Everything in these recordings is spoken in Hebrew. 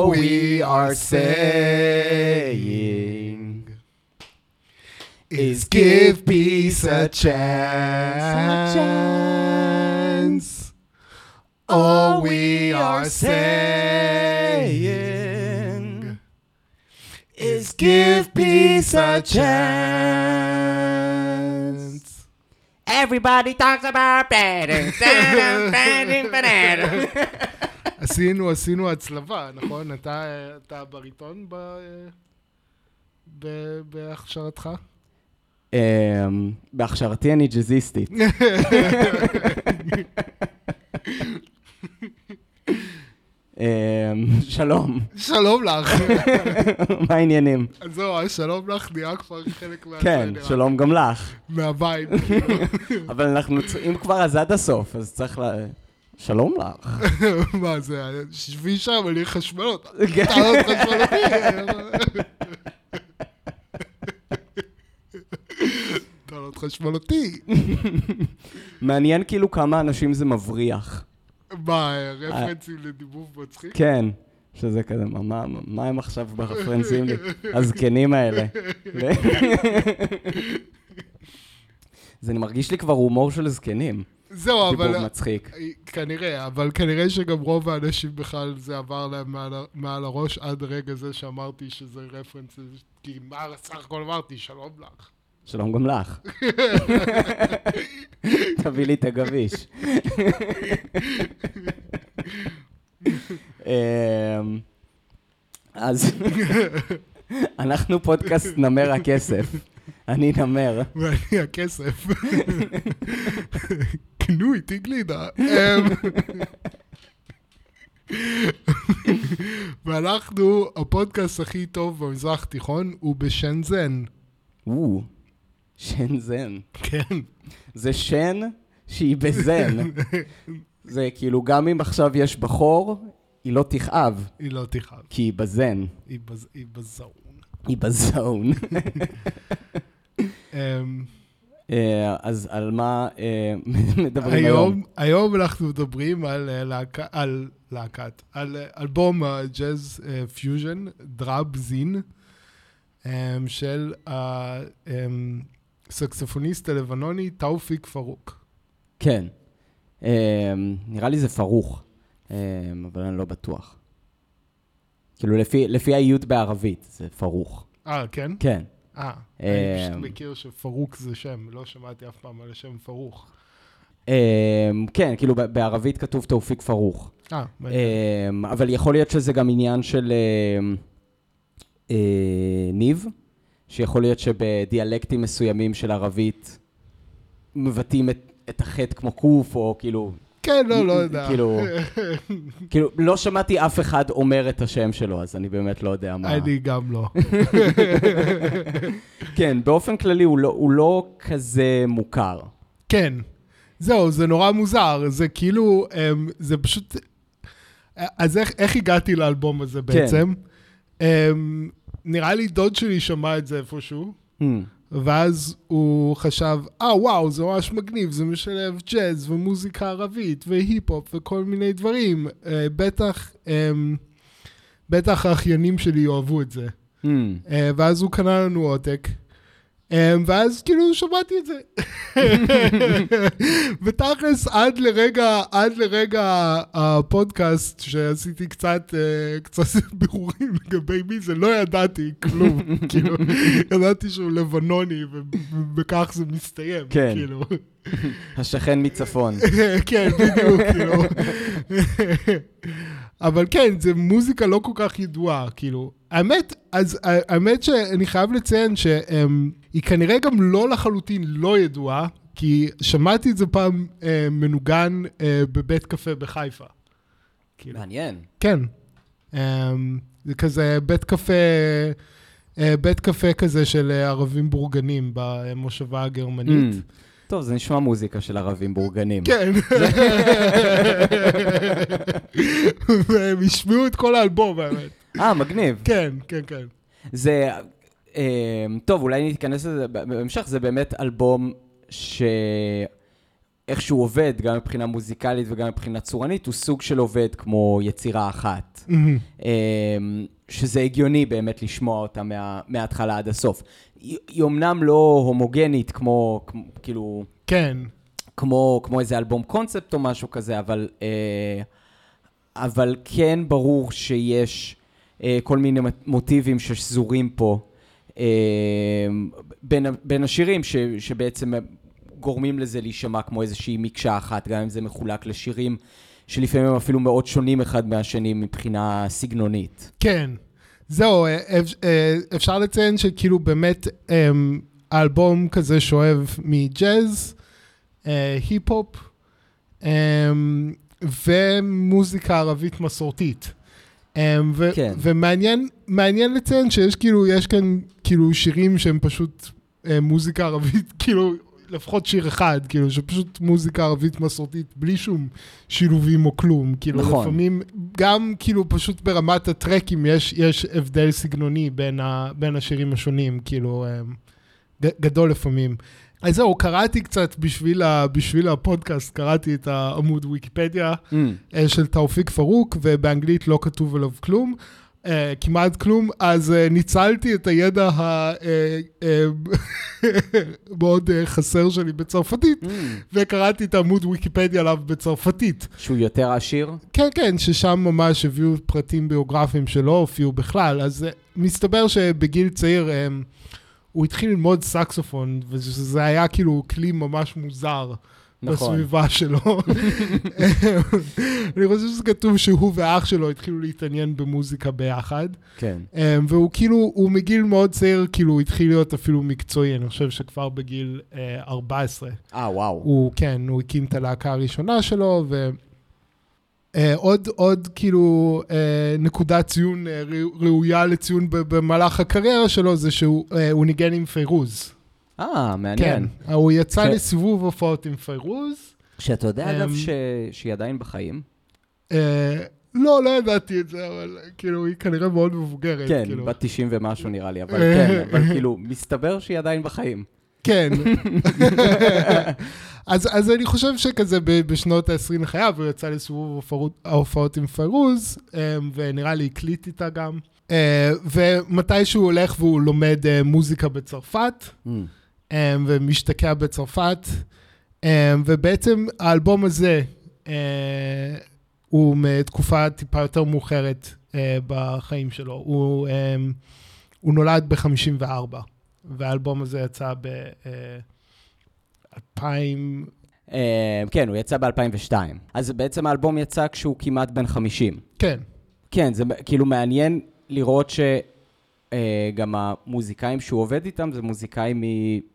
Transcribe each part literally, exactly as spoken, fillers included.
all we are saying is give peace a chance. All we are saying is give peace a chance. Everybody talks about better. עשינו, עשינו הצלבה, נכון? אתה, אתה בריטון ב... ב... בהכשרתך? בהכשרתי אני ג'זיסטית. שלום. שלום לך. מה העניינים? אז זהו, שלום לך נהיה כבר חלק מהבית. כן, שלום גם לך. מהבית. אבל אנחנו, אם כבר אז עד הסוף, אז צריך ל... שלום לך. מה זה? שבי שם, אני חשמל אותה. אתה לא חשמל אותי. אתה לא חשמל אותי. מעניין כאילו כמה אנשים זה מבריח. מה, רפרנסים לדיבוב מצחיק? כן, שזה כזה, מה, מה הם עכשיו ברפרנסים לי? הזקנים האלה. זה מרגיש לי כבר הומור של זקנים. זהו, אבל... דיבוב מצחיק. כנראה, אבל כנראה שגם רוב האנשים בכלל זה עבר להם מעל הראש עד רגע זה שאמרתי שזה רפרנס, כי מה סך הכל אמרתי? שלום לך. שלום גם לך. תביא לי את הגביש. אז אנחנו פודקאסט נמר הכסף. אני נמר. ואני הכסף. קנו איתי גלידה. ואנחנו, הפודקאסט הכי טוב במזרח תיכון הוא בשנזן. או, שנזן. כן. זה שן שהיא בזן. זה כאילו גם אם עכשיו יש בחור, היא לא תכאב. היא לא תכאב. כי היא בזן. היא בזון. היא בזון. אז על מה מדברים היום? היום אנחנו מדברים על להקת, על אלבום ג'אז פיוז'ן, דראב זין, של הסקסופוניסט הלבנוני תאופיק פרוק. כן, נראה לי זה פרוך, אבל אני לא בטוח. כאילו לפי האיות בערבית זה פרוך. אה, כן? כן. אה, אני פשוט מכיר שפרוק זה שם, לא שמעתי אף פעם על השם פרוך. כן, כאילו בערבית כתוב תאופיק פרוך. אה, אבל יכול להיות שזה גם עניין של ניב, שיכול להיות שבדיאלקטים מסוימים של ערבית מבטאים את החטא כמו קוף, או כאילו... כן, לא, לא יודע. כאילו, כאילו, לא שמעתי אף אחד אומר את השם שלו, אז אני באמת לא יודע מה. אני גם לא. כן, באופן כללי הוא לא, הוא לא כזה מוכר. כן. זהו, זה נורא מוזר. זה כאילו, זה פשוט... אז איך, איך הגעתי לאלבום הזה בעצם? כן. נראה לי דוד שלי שמע את זה איפשהו. Mm. ואז הוא חשב, אה, וואו, זה ממש מגניב, זה משלב ג'אז ומוזיקה ערבית והיפ-הופ וכל מיני דברים. בטח, בטח האחיינים שלי אוהבו את זה. Mm. ואז הוא קנה לנו עותק. ואז כאילו שמעתי את זה. ותכלס עד לרגע, עד לרגע הפודקאסט שעשיתי קצת, קצת בירורים לגבי מי זה, לא ידעתי כלום. כאילו, ידעתי שהוא לבנוני ובכך זה מסתיים. כן. כאילו. השכן מצפון. כן, בדיוק, כאילו. אבל כן, זה מוזיקה לא כל כך ידועה, כאילו. האמת, אז האמת שאני חייב לציין שהיא כנראה גם לא לחלוטין לא ידועה, כי שמעתי את זה פעם מנוגן בבית קפה בחיפה. מעניין. כן. זה כזה בית קפה, בית קפה כזה של ערבים בורגנים במושבה הגרמנית. טוב, זה נשמע מוזיקה של ערבים בורגנים. כן. והם ישמעו את כל האלבום, האמת. אה, מגניב. כן, כן, כן. זה, טוב, אולי נתכנס לזה בהמשך, זה באמת אלבום שהוא איך שהוא עובד, גם מבחינה מוזיקלית וגם מבחינה צורנית, הוא סוג של עובד כמו יצירה אחת. Mm-hmm. שזה הגיוני באמת לשמוע אותה מה, מההתחלה עד הסוף. היא, היא אומנם לא הומוגנית כמו, כמו כאילו... כן. כמו, כמו איזה אלבום קונספט או משהו כזה, אבל, אה, אבל כן ברור שיש אה, כל מיני מוטיבים ששזורים פה אה, בין, בין השירים, ש, שבעצם גורמים לזה להישמע כמו איזושהי מקשה אחת, גם אם זה מחולק לשירים שלפעמים הם אפילו מאוד שונים אחד מהשני מבחינה סגנונית. כן, זהו, אפשר לציין שכאילו באמת האלבום כזה שואב מג'אז, היפ-הופ ומוזיקה ערבית מסורתית. כן. ומעניין מעניין לציין שיש כאילו, יש כאן כאילו שירים שהם פשוט מוזיקה ערבית, כאילו לפחות שיר אחד, כאילו שפשוט מוזיקה ערבית מסורתית בלי שום שילובים או כלום, כאילו נכון. לפעמים גם כאילו פשוט ברמת הטרקים יש יש הבדל סגנוני בין ה, בין השירים השונים, כאילו גדול לפעמים. אז זהו, קראתי קצת בשביל, ה, בשביל הפודקאסט, קראתי את העמוד ויקיפדיה mm. של תאופיק פרוק, ובאנגלית לא כתוב עליו כלום, uh, כמעט כלום, אז uh, ניצלתי את הידע המאוד uh, uh, חסר שלי בצרפתית, mm. וקראתי את העמוד ויקיפדיה עליו בצרפתית. שהוא יותר עשיר? כן, כן, ששם ממש הביאו פרטים ביוגרפיים שלא הופיעו בכלל, אז uh, מסתבר שבגיל צעיר... Um, הוא התחיל ללמוד סקסופון, וזה היה כאילו כלי ממש מוזר נכון. בסביבה שלו. אני חושב שזה כתוב שהוא ואח שלו התחילו להתעניין במוזיקה ביחד. כן. והוא כאילו, הוא מגיל מאוד צעיר, כאילו התחיל להיות אפילו מקצועי, אני חושב שכבר בגיל ארבע עשרה. אה, וואו. הוא, כן, הוא הקים את הלהקה הראשונה שלו, ו... Uh, עוד, עוד כאילו uh, נקודת ציון uh, ראויה לציון במהלך הקריירה שלו, זה שהוא uh, ניגן עם פיירוז. אה, מעניין. כן, הוא יצא ש... לסיבוב הופעות עם פיירוז. שאתה יודע um, אגב ש... שהיא עדיין בחיים? Uh, לא, לא ידעתי את זה, אבל כאילו היא כנראה מאוד מבוגרת. כן, כאילו. בת תשעים ומשהו נראה לי, אבל כן, אבל כאילו מסתבר שהיא עדיין בחיים. כן. אז, אז אני חושב שכזה בשנות ה-עשרים לחייו, הוא יצא לסיבוב ההופעות עם פיירוז, ונראה לי הקליט איתה גם. ומתי שהוא הולך והוא לומד מוזיקה בצרפת, ומשתקע בצרפת, ובעצם האלבום הזה, הוא מתקופה טיפה יותר מאוחרת בחיים שלו. הוא, הוא נולד ב-חמישים וארבע. והאלבום הזה יצא ב-אלפיים... כן, הוא יצא ב-אלפיים ושתיים. אז בעצם האלבום יצא כשהוא כמעט בן חמישים. כן. כן, זה כאילו מעניין לראות שגם המוזיקאים שהוא עובד איתם, זה מוזיקאים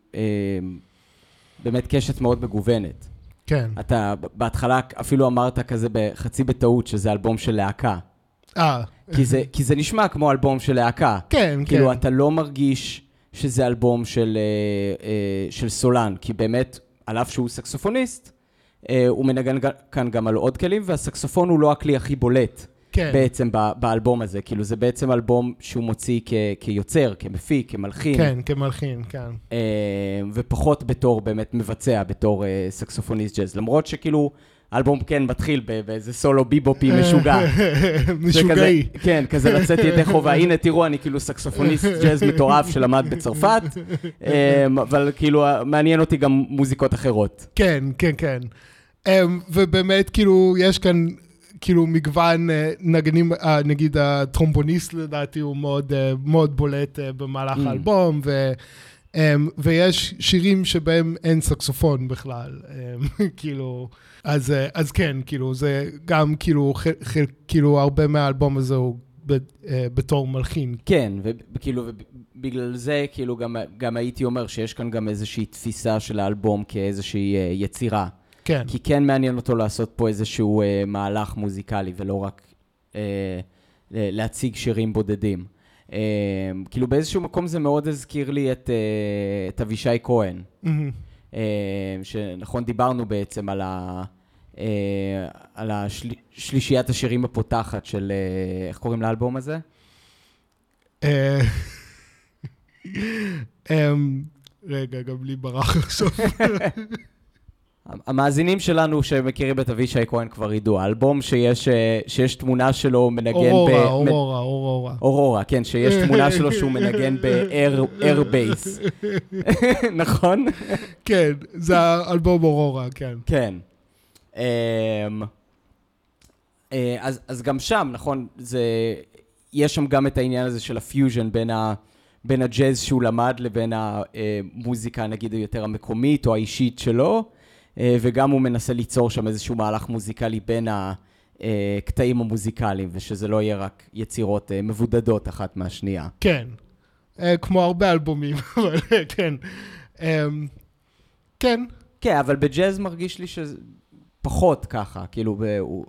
באמת קשת מאוד מגוונת. כן. אתה בהתחלה אפילו אמרת כזה בחצי בטעות שזה אלבום של להקה. אה. כי זה, כי זה נשמע כמו אלבום של להקה. כן, כן. כאילו אתה לא מרגיש... שזה אלבום של, של סולן, כי באמת, על אף שהוא סקסופוניסט, הוא מנגן כאן גם על עוד כלים, והסקסופון הוא לא הכלי הכי בולט כן. בעצם באלבום הזה. כאילו זה בעצם אלבום שהוא מוציא כ, כיוצר, כמפיק, כמלחין. כן, כמלחין, כן. ופחות בתור באמת מבצע, בתור סקסופוניסט ג'אז. למרות שכאילו... האלבום כן מתחיל באיזה סולו ביבופי משוגע. משוגעי. כן, כזה לצאת ידי חובה. הנה תראו, אני כאילו סקסופוניסט ג'אז מטורף שלמד בצרפת, אבל כאילו מעניין אותי גם מוזיקות אחרות. כן, כן, כן. ובאמת כאילו יש כאן כאילו מגוון נגנים, נגיד הטרומבוניסט לדעתי הוא מאוד מאוד בולט במהלך האלבום, ו... Um, ויש שירים שבהם אין סקסופון בכלל, um, כאילו, אז, אז כן, כאילו, זה גם כאילו, ח, ח, כאילו, הרבה מהאלבום הזה הוא ב, uh, בתור מלחין. כן, וכאילו, בגלל זה, כאילו, גם, גם הייתי אומר שיש כאן גם איזושהי תפיסה של האלבום כאיזושהי uh, יצירה. כן. כי כן מעניין אותו לעשות פה איזשהו uh, מהלך מוזיקלי, ולא רק uh, להציג שירים בודדים. Uh, כאילו באיזשהו מקום זה מאוד הזכיר לי את, uh, את אבישי כהן, mm-hmm. uh, שנכון דיברנו בעצם על, ה, uh, על השל, שלישיית השירים הפותחת של, uh, איך קוראים לאלבום הזה? Uh, um, רגע, גם לי ברח עכשיו. המאזינים שלנו שמכירים את אבישי כהן כבר ידעו, האלבום שיש, שיש תמונה שלו מנגן אורורה, ב... אורורה, אורורה. אורורה, כן, שיש תמונה שלו שהוא מנגן ב-Air Bass. נכון? כן, זה האלבום אורורה, כן. כן. אז, אז גם שם, נכון, זה, יש שם גם את העניין הזה של הפיוז'ן בין ה... בין הג'אז שהוא למד לבין המוזיקה, נגיד, יותר המקומית או האישית שלו, וגם הוא מנסה ליצור שם איזשהו מהלך מוזיקלי בין הקטעים המוזיקליים, ושזה לא יהיה רק יצירות מבודדות אחת מהשנייה. כן, כמו הרבה אלבומים, אבל כן. כן. כן, אבל בג'אז מרגיש לי שזה פחות ככה, כאילו,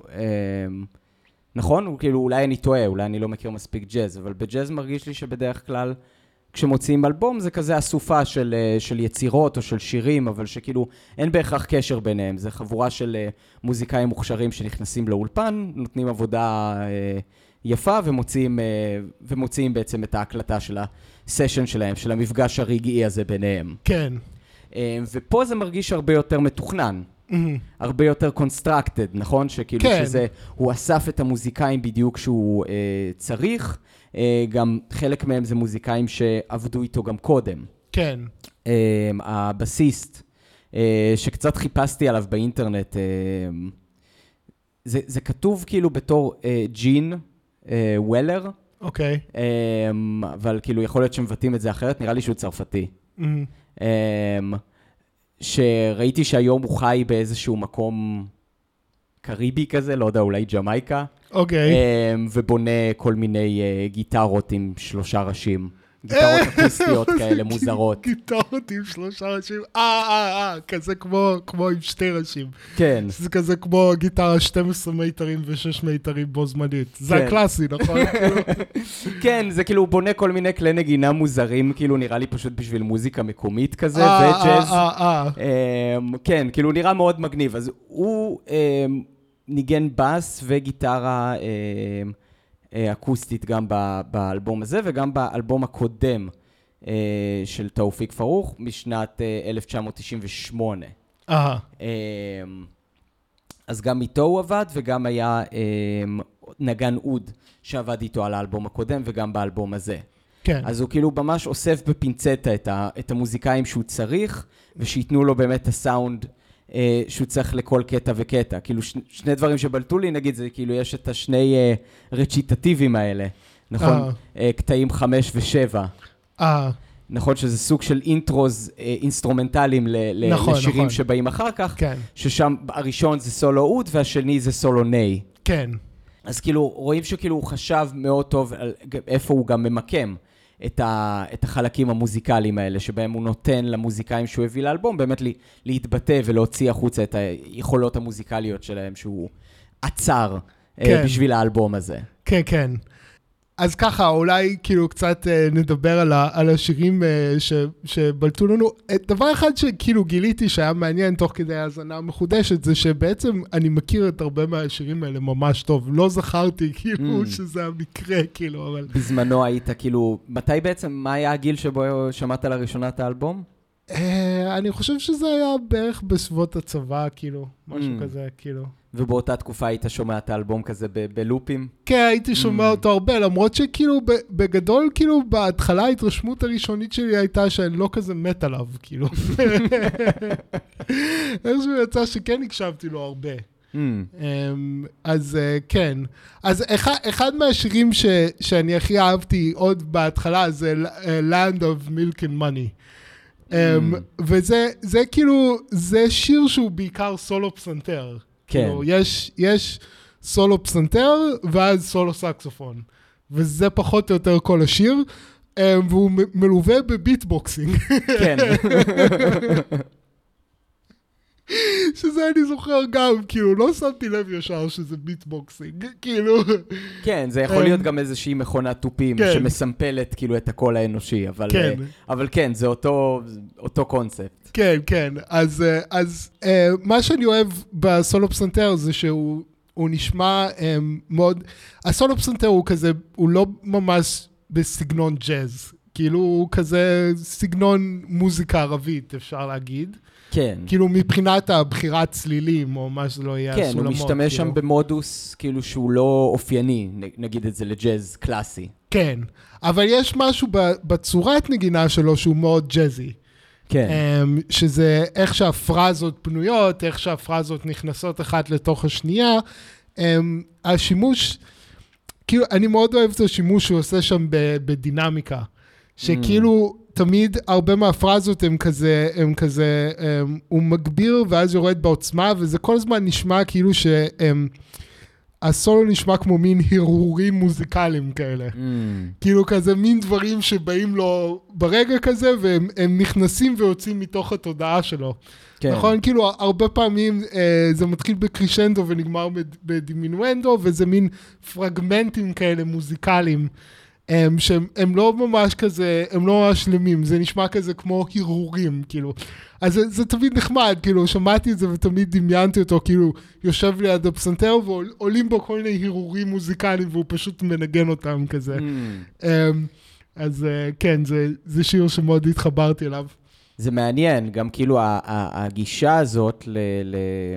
נכון? הוא כאילו, אולי אני טועה, אולי אני לא מכיר מספיק ג'אז, אבל בג'אז מרגיש לי שבדרך כלל, כשמוציאים אלבום זה כזה אסופה של, של יצירות או של שירים, אבל שכאילו אין בהכרח קשר ביניהם. זה חבורה של מוזיקאים מוכשרים שנכנסים לאולפן, נותנים עבודה יפה ומוציאים, ומוציאים בעצם את ההקלטה של הסשן שלהם, של המפגש הרגעי הזה ביניהם. כן. ופה זה מרגיש הרבה יותר מתוכנן. Mm-hmm. הרבה יותר קונסטרקטד, נכון? שכאילו כן. שזה, הוא אסף את המוזיקאים בדיוק שהוא אה, צריך, אה, גם חלק מהם זה מוזיקאים שעבדו איתו גם קודם. כן. אה, הבסיסט, אה, שקצת חיפשתי עליו באינטרנט, אה, זה, זה כתוב כאילו בתור אה, ג'ין אה, וולר. אוקיי. אה, אבל כאילו יכול להיות שמבטאים את זה אחרת, נראה לי שהוא צרפתי. Mm-hmm. אה, שראיתי שהיום הוא חי באיזשהו מקום קריבי כזה, לא יודע, אולי ג'מייקה. אוקיי. ובונה כל מיני גיטרות עם שלושה ראשים. גיטרות אקוסטיות כאלה מוזרות. גיטרות עם שלושה ראשים. אה, אה, אה, כזה כמו עם שתי ראשים. כן. זה כזה כמו גיטרה שתים עשרה מיתרים ו-שש מיתרים בו זמנית. זה הקלאסי, נכון? כן, זה כאילו הוא בונה כל מיני כלי נגינה מוזרים, כאילו נראה לי פשוט בשביל מוזיקה מקומית כזה, וג'אז. אה, אה, אה. כן, כאילו נראה מאוד מגניב. אז הוא ניגן בס וגיטרה אקוסטית גם באלבום הזה, וגם באלבום הקודם של תאופיק פרוח, משנת אלף תשע מאות תשעים ושמונה. אהה. אז גם איתו הוא עבד, וגם היה נגן אוד שעבד איתו על האלבום הקודם, וגם באלבום הזה. כן. אז הוא כאילו ממש אוסף בפינצטה את, ה, את המוזיקאים שהוא צריך, ושיתנו לו באמת את הסאונד אה, שהוא צריך לכל קטע וקטע. כאילו ש, שני דברים שבלטו לי, נגיד, זה כאילו יש את השני אה, רציטטיבים האלה, נכון? אה. אה, קטעים חמש ושבע. אה. נכון שזה סוג של אינטרוז אה, אינסטרומנטליים ל, נכון, לשירים נכון. שבאים אחר כך, כן. ששם הראשון זה סולו אוד והשני זה סולו ניי. כן. אז כאילו רואים שכאילו הוא חשב מאוד טוב על איפה הוא גם ממקם את, ה, את החלקים המוזיקליים האלה, שבהם הוא נותן למוזיקאים שהוא הביא לאלבום, באמת לי, להתבטא ולהוציא החוצה את היכולות המוזיקליות שלהם, שהוא עצר כן. בשביל האלבום הזה. כן, כן. אז ככה, אולי כאילו קצת נדבר על, ה, על השירים ש, שבלטו לנו. דבר אחד שכאילו גיליתי שהיה מעניין תוך כדי ההזנה המחודשת, זה שבעצם אני מכיר את הרבה מהשירים האלה ממש טוב. לא זכרתי כאילו mm. שזה המקרה, כאילו, אבל... בזמנו היית כאילו, מתי בעצם, מה היה הגיל שבו שמעת לראשונה את האלבום? אני חושב שזה היה בערך בסביבות הצבא, כאילו, משהו mm. כזה, כאילו. ובאותה תקופה היית שומע את האלבום כזה ב- בלופים? כן, הייתי שומע mm. אותו הרבה, למרות שכאילו בגדול, כאילו בהתחלה ההתרשמות הראשונית שלי הייתה שאני לא כזה מת עליו, כאילו. איכשהו יצא שכן הקשבתי לו הרבה. Mm. אז כן. אז אחד, אחד מהשירים ש, שאני הכי אהבתי עוד בהתחלה זה Land of Milk and Money. Mm. וזה זה כאילו, זה שיר שהוא בעיקר סולו פסנתר. כן. כאילו, יש, יש סולו פסנתר ואז סולו סקסופון. וזה פחות או יותר כל השיר, והוא מלווה בביטבוקסינג. כן. שזה אני זוכר גם, כאילו, לא שמתי לב ישר שזה ביטבוקסינג, כאילו. כן, זה יכול להיות גם איזושהי מכונת טופים שמסמפלת כאילו את הקול האנושי, אבל כן, אבל כן, זה אותו, אותו קונספט. כן, כן, אז, אז מה שאני אוהב בסולו פסנתר זה שהוא הוא נשמע מאוד, הסולו פסנתר הוא כזה, הוא לא ממש בסגנון ג'אז, כאילו הוא כזה סגנון מוזיקה ערבית, אפשר להגיד. כן. כאילו מבחינת הבחירת צלילים, או מה שזה לא יהיה כן, הסולמות. הוא משתמש כאילו. שם במודוס, כאילו שהוא לא אופייני, נגיד את זה לג'אז קלאסי. כן, אבל יש משהו בצורת נגינה שלו שהוא מאוד ג'אזי. כן. שזה איך שהפרזות פנויות, איך שהפרזות נכנסות אחת לתוך השנייה. השימוש, כאילו, אני מאוד אוהב את השימוש שהוא עושה שם בדינמיקה. שכאילו, תמיד הרבה מהפרזות הם כזה, הם כזה, הוא מגביר ואז יורד בעוצמה, וזה כל הזמן נשמע כאילו שהם... הסולו נשמע כמו מין הרהורים מוזיקליים כאלה. Mm. כאילו כזה מין דברים שבאים לו ברגע כזה, והם נכנסים ויוצאים מתוך התודעה שלו. כן. נכון? כאילו הרבה פעמים אה, זה מתחיל בקרישנדו ונגמר בדימינואנדו, וזה מין פרגמנטים כאלה מוזיקליים, הם, שהם הם לא ממש כזה, הם לא ממש שלמים, זה נשמע כזה כמו הרהורים, כאילו. אז זה, זה תמיד נחמד, כאילו, שמעתי את זה ותמיד דמיינתי אותו, כאילו, יושב ליד הפסנתר ועולים בו כל מיני הרהורים מוזיקליים, והוא פשוט מנגן אותם כזה. Mm. אז כן, זה, זה שיר שמאוד התחברתי אליו. זה מעניין, גם כאילו הגישה הזאת ל, ל,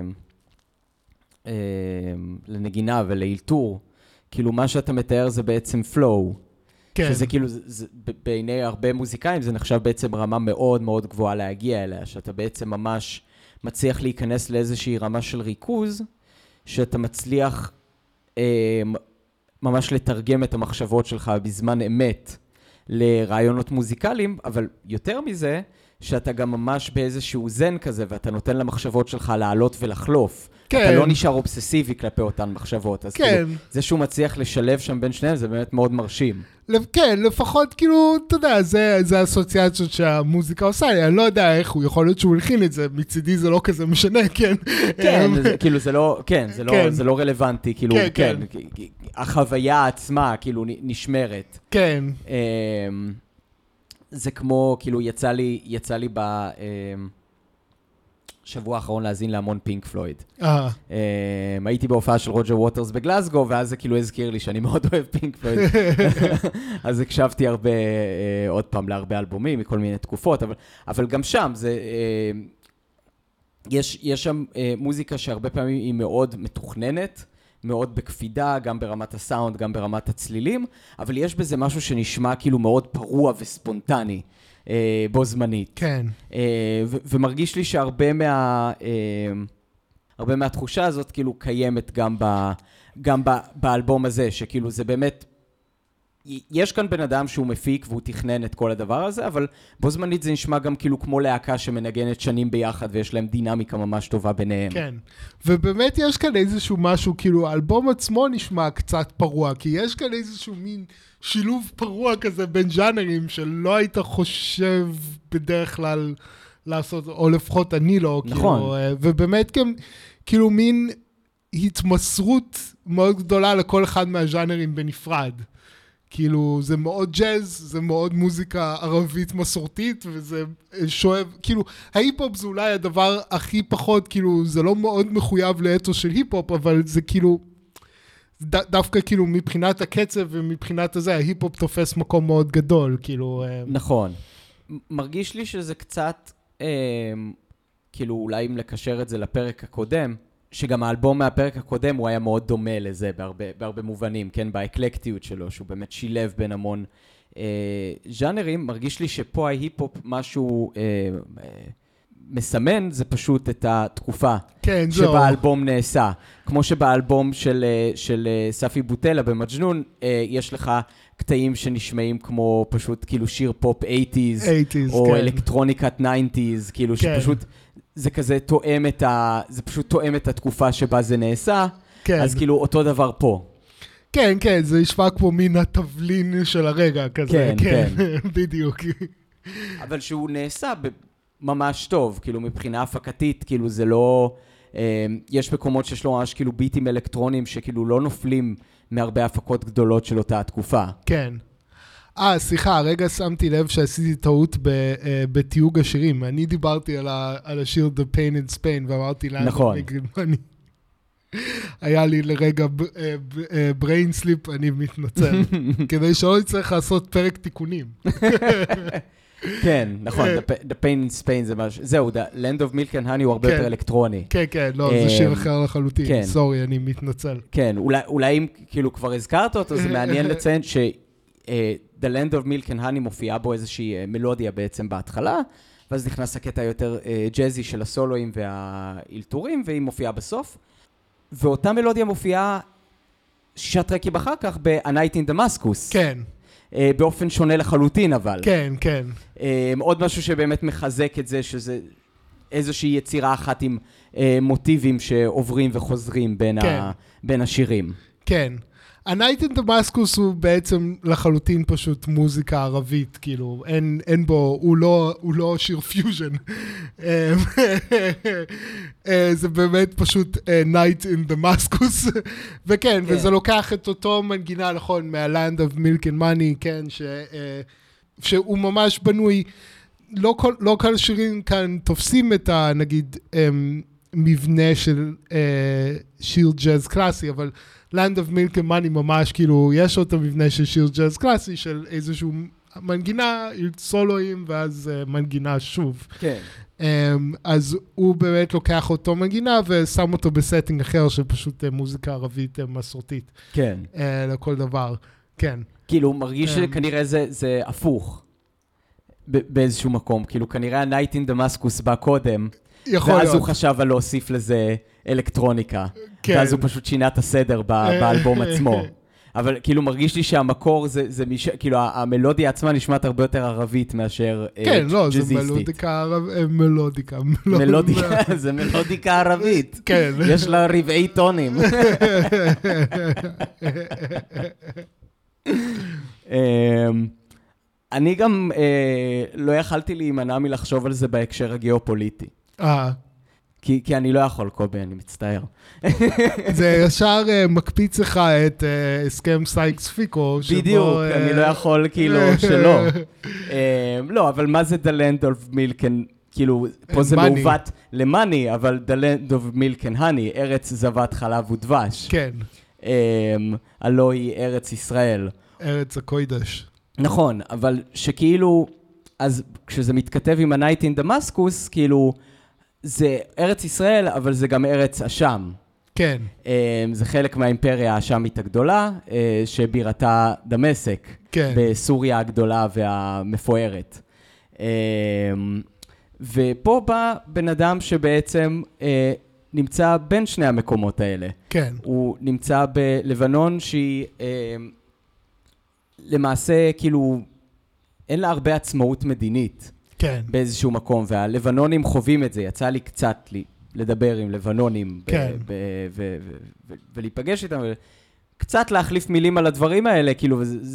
לנגינה ולאילתור, כאילו מה שאתה מתאר זה בעצם פלואו. כן. שזה כאילו, זה, זה, בעיני הרבה מוזיקאים, זה נחשב בעצם רמה מאוד מאוד גבוהה להגיע אליה, שאתה בעצם ממש מצליח להיכנס לאיזושהי רמה של ריכוז, שאתה מצליח אה, ממש לתרגם את המחשבות שלך בזמן אמת לרעיונות מוזיקליים, אבל יותר מזה, שאתה גם ממש באיזשהו זן כזה, ואתה נותן למחשבות שלך לעלות ולחלוף. כן. אתה לא נשאר אובססיבי כלפי אותן מחשבות. אז כן. כאילו, זה שהוא מצליח לשלב שם בין שניהם, זה באמת מאוד מרשים. כן, לפחות כאילו, אתה יודע, זה, זה אסוציאציות שהמוזיקה עושה לי, אני לא יודע איך הוא, יכול להיות שהוא הלחין את זה, מצידי זה לא כזה משנה, כן. כן, זה, כאילו זה לא, כן, זה לא, כן. זה לא רלוונטי, כאילו, כן, כן. כן. החוויה עצמה, כאילו, נשמרת. כן. זה כמו, כאילו, יצא לי, יצא לי בשבוע האחרון להזין להמון פינק פלויד. אה. הייתי בהופעה של רוג'ר ווטרס בגלסגו, ואז זה כאילו הזכיר לי שאני מאוד אוהב פינק פלויד. אז הקשבתי הרבה, עוד פעם, להרבה אלבומים, מכל מיני תקופות, אבל, אבל גם שם זה, יש, יש שם מוזיקה שהרבה פעמים היא מאוד מתוכננת, מאוד בקפידה, גם ברמת הסאונד, גם ברמת הצלילים, אבל יש בזה משהו שנשמע כאילו מאוד פרוע וספונטני, אה, בו זמנית. כן. אה, ו- ומרגיש לי שהרבה מה, אה, הרבה מהתחושה הזאת כאילו קיימת גם, ב- גם ב- באלבום הזה, שכאילו זה באמת, יש כאן בן אדם שהוא מפיק והוא תכנן את כל הדבר הזה, אבל בו זמנית זה נשמע גם כאילו כמו להקה שמנגנת שנים ביחד, ויש להם דינמיקה ממש טובה ביניהם. כן, ובאמת יש כאן איזשהו משהו, כאילו האלבום עצמו נשמע קצת פרוע, כי יש כאן איזשהו מין שילוב פרוע כזה בין ז'אנרים, שלא היית חושב בדרך כלל לעשות, או לפחות אני לא, נכון. כאילו, ובאמת גם, כאילו מין התמסרות מאוד גדולה לכל אחד מהז'אנרים בנפרד. כאילו, זה מאוד ג'אז, זה מאוד מוזיקה ערבית מסורתית, וזה שואב, כאילו, ההיפ-הופ זה אולי הדבר הכי פחות, כאילו, זה לא מאוד מחויב לאתוס של היפ-הופ, אבל זה כאילו, ד, דווקא כאילו מבחינת הקצב ומבחינת הזה, ההיפ-הופ תופס מקום מאוד גדול, כאילו. נכון. מרגיש לי שזה קצת, אה, כאילו, אולי אם לקשר את זה לפרק הקודם, שגם האלבום מהפרק הקודם הוא היה מאוד דומה לזה בהרבה, בהרבה מובנים, כן, באקלקטיות שלו, שהוא באמת שילב בין המון אה, ז'אנרים. מרגיש לי שפה ההיפ-הופ משהו אה, אה, מסמן, זה פשוט את התקופה כן, שבה האלבום נעשה. כמו שבאלבום של, של ספי בוטלה במג'נון, אה, יש לך קטעים שנשמעים כמו פשוט כאילו שיר פופ שמונים, או כן. אלקטרוניקת תשעים, כאילו כן. שפשוט... זה כזה תואם את ה... זה פשוט תואם את התקופה שבה זה נעשה, כן. אז כאילו אותו דבר פה. כן, כן, זה נשמע כמו מין התבלין של הרגע כזה. כן, כן. כן. בדיוק. אבל שהוא נעשה ממש טוב, כאילו מבחינה הפקתית, כאילו זה לא... אה, יש מקומות שיש לו ממש כאילו ביטים אלקטרונים שכאילו לא נופלים מהרבה הפקות גדולות של אותה התקופה. כן. אה, סליחה, הרגע שמתי לב שעשיתי טעות בתיוג השירים. אני דיברתי על השיר The Pain in Spain, ואמרתי לה... נכון. היה לי לרגע brain sleep, אני מתנצל. כדי שלא נצטרך לעשות פרק תיקונים. כן, נכון, The Pain in Spain זה משהו, זהו, The Land of Milk and Honey הוא הרבה יותר אלקטרוני. כן, כן, לא, זה שיר אחר לחלוטין, סורי, אני מתנצל. כן, אולי אם כאילו כבר הזכרת אותו, זה מעניין לציין ש... The Land of Milk and Honey מופיעה בו איזושהי מלודיה בעצם בהתחלה, ואז נכנס הקטע יותר ג'זי של הסולואים והאלתורים, והיא מופיעה בסוף. ואותה מלודיה מופיעה שישה טרקים אחר כך ב-A Night in Damascus. כן. באופן שונה לחלוטין אבל. כן, כן. עוד משהו שבאמת מחזק את זה, שזה איזושהי יצירה אחת עם מוטיבים שעוברים וחוזרים בין, כן. ה... בין השירים. כן. A Night in Damascus הוא בעצם לחלוטין פשוט מוזיקה ערבית, כאילו, אין, אין בו, הוא לא, הוא לא שיר פיוז'ן. זה באמת פשוט Night in Damascus. וכן, וזה לוקח את אותו מנגינה, נכון, מה-Land of Milk and Money, כן, ש, שהוא ממש בנוי, לא כל, לא כל שירים כאן תופסים את ה, נגיד, מבנה של שיר ג'אז קלאסי, אבל Land of Milk and Money ממש כאילו, יש אותו מבנה של שיר ג'אז קלאסי, של איזשהו מנגינה, סולואים, ואז uh, מנגינה שוב. כן. Um, אז הוא באמת לוקח אותו מנגינה, ושם אותו בסטינג אחר, של פשוט uh, מוזיקה ערבית uh, מסורתית. כן. Uh, לכל דבר. כן. כאילו, הוא מרגיש um, שכנראה זה, זה הפוך, באיזשהו מקום. כאילו, כנראה ה-Night in Damascus בא קודם, ואז להיות. הוא חשב על להוסיף לזה אלקטרוניקה, כן. ואז הוא פשוט שינה את הסדר באלבום עצמו. אבל כאילו מרגיש לי שהמקור זה, זה מש... כאילו המלודיה עצמה נשמעת הרבה יותר ערבית מאשר כן, uh, לא, ג'זיסטית. זה מלודיקה ערבית, מלודיקה. מלודיקה, זה מלודיקה ערבית. כן. יש לה רבעי טונים. אני גם uh, לא יכלתי להימנע מלחשוב על זה בהקשר הגיאופוליטי. אה. כי, כי אני לא יכול, קובי, אני מצטער. זה ישר uh, מקפיץ לך את uh, הסכם סייקס-פיקו. בדיוק, שבו, אני uh... לא יכול כאילו שלא. uh, לא, אבל מה זה The Land of Milk and... כאילו, פה זה מעוות למאני, אבל The Land of Milk and Honey, ארץ זבת חלב ודבש. כן. Um, הלא היא ארץ ישראל. ארץ הקוידש. נכון, אבל שכאילו, אז כשזה מתכתב עם ה-Night in Damascus, כאילו, זה ארץ ישראל, אבל זה גם ארץ אשם. כן. זה חלק מהאימפריה האשמית הגדולה, שבירתה דמשק. כן. בסוריה הגדולה והמפוארת. ופה בא בן אדם שבעצם נמצא בין שני המקומות האלה. כן. הוא נמצא בלבנון שהיא למעשה כאילו אין לה הרבה עצמאות מדינית. כן. באיזשהו מקום, והלבנונים חווים את זה, יצא לי קצת לי, לדבר עם לבנונים, כן. ולהיפגש איתם, קצת להחליף מילים על הדברים האלה, כאילו, וזה, זה,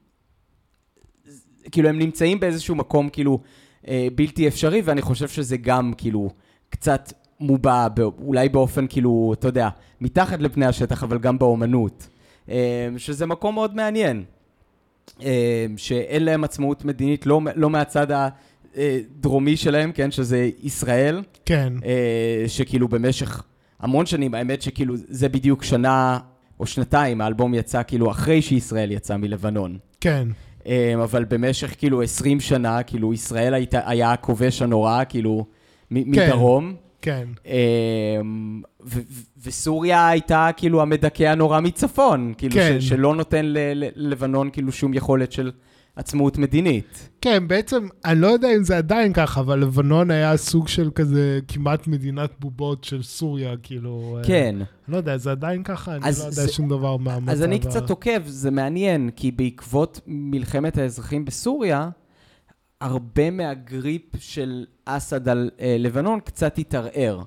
כאילו, הם נמצאים באיזשהו מקום, כאילו, בלתי אפשרי, ואני חושב שזה גם, כאילו, קצת מובע, אולי באופן, כאילו, אתה יודע, מתחת לפני השטח, אבל גם באומנות, שזה מקום מאוד מעניין, שאין להם עצמאות מדינית, לא, לא מהצד ה... דרומי שלהם, כן, שזה ישראל. כן. שכאילו במשך המון שנים, האמת שכאילו זה בדיוק שנה או שנתיים, האלבום יצא כאילו אחרי שישראל יצא מלבנון. כן. אבל במשך כאילו עשרים שנה, כאילו ישראל הייתה, היה הכובש הנורא, כאילו מדרום. כן. ו- וסוריה הייתה כאילו המדכא הנורא מצפון, כאילו כן. ש- שלא נותן ל- ללבנון כאילו שום יכולת של... עצמאות מדינית. כן, בעצם, אני לא יודע אם זה עדיין ככה, אבל לבנון היה סוג של כזה כמעט מדינת בובות של סוריה, כאילו... כן. אני לא יודע, זה עדיין ככה, אני לא יודע שום דבר מהמצב. אז אני קצת עוקב, זה מעניין, כי בעקבות מלחמת האזרחים בסוריה, הרבה מהגריפ של אסד על לבנון קצת התערער.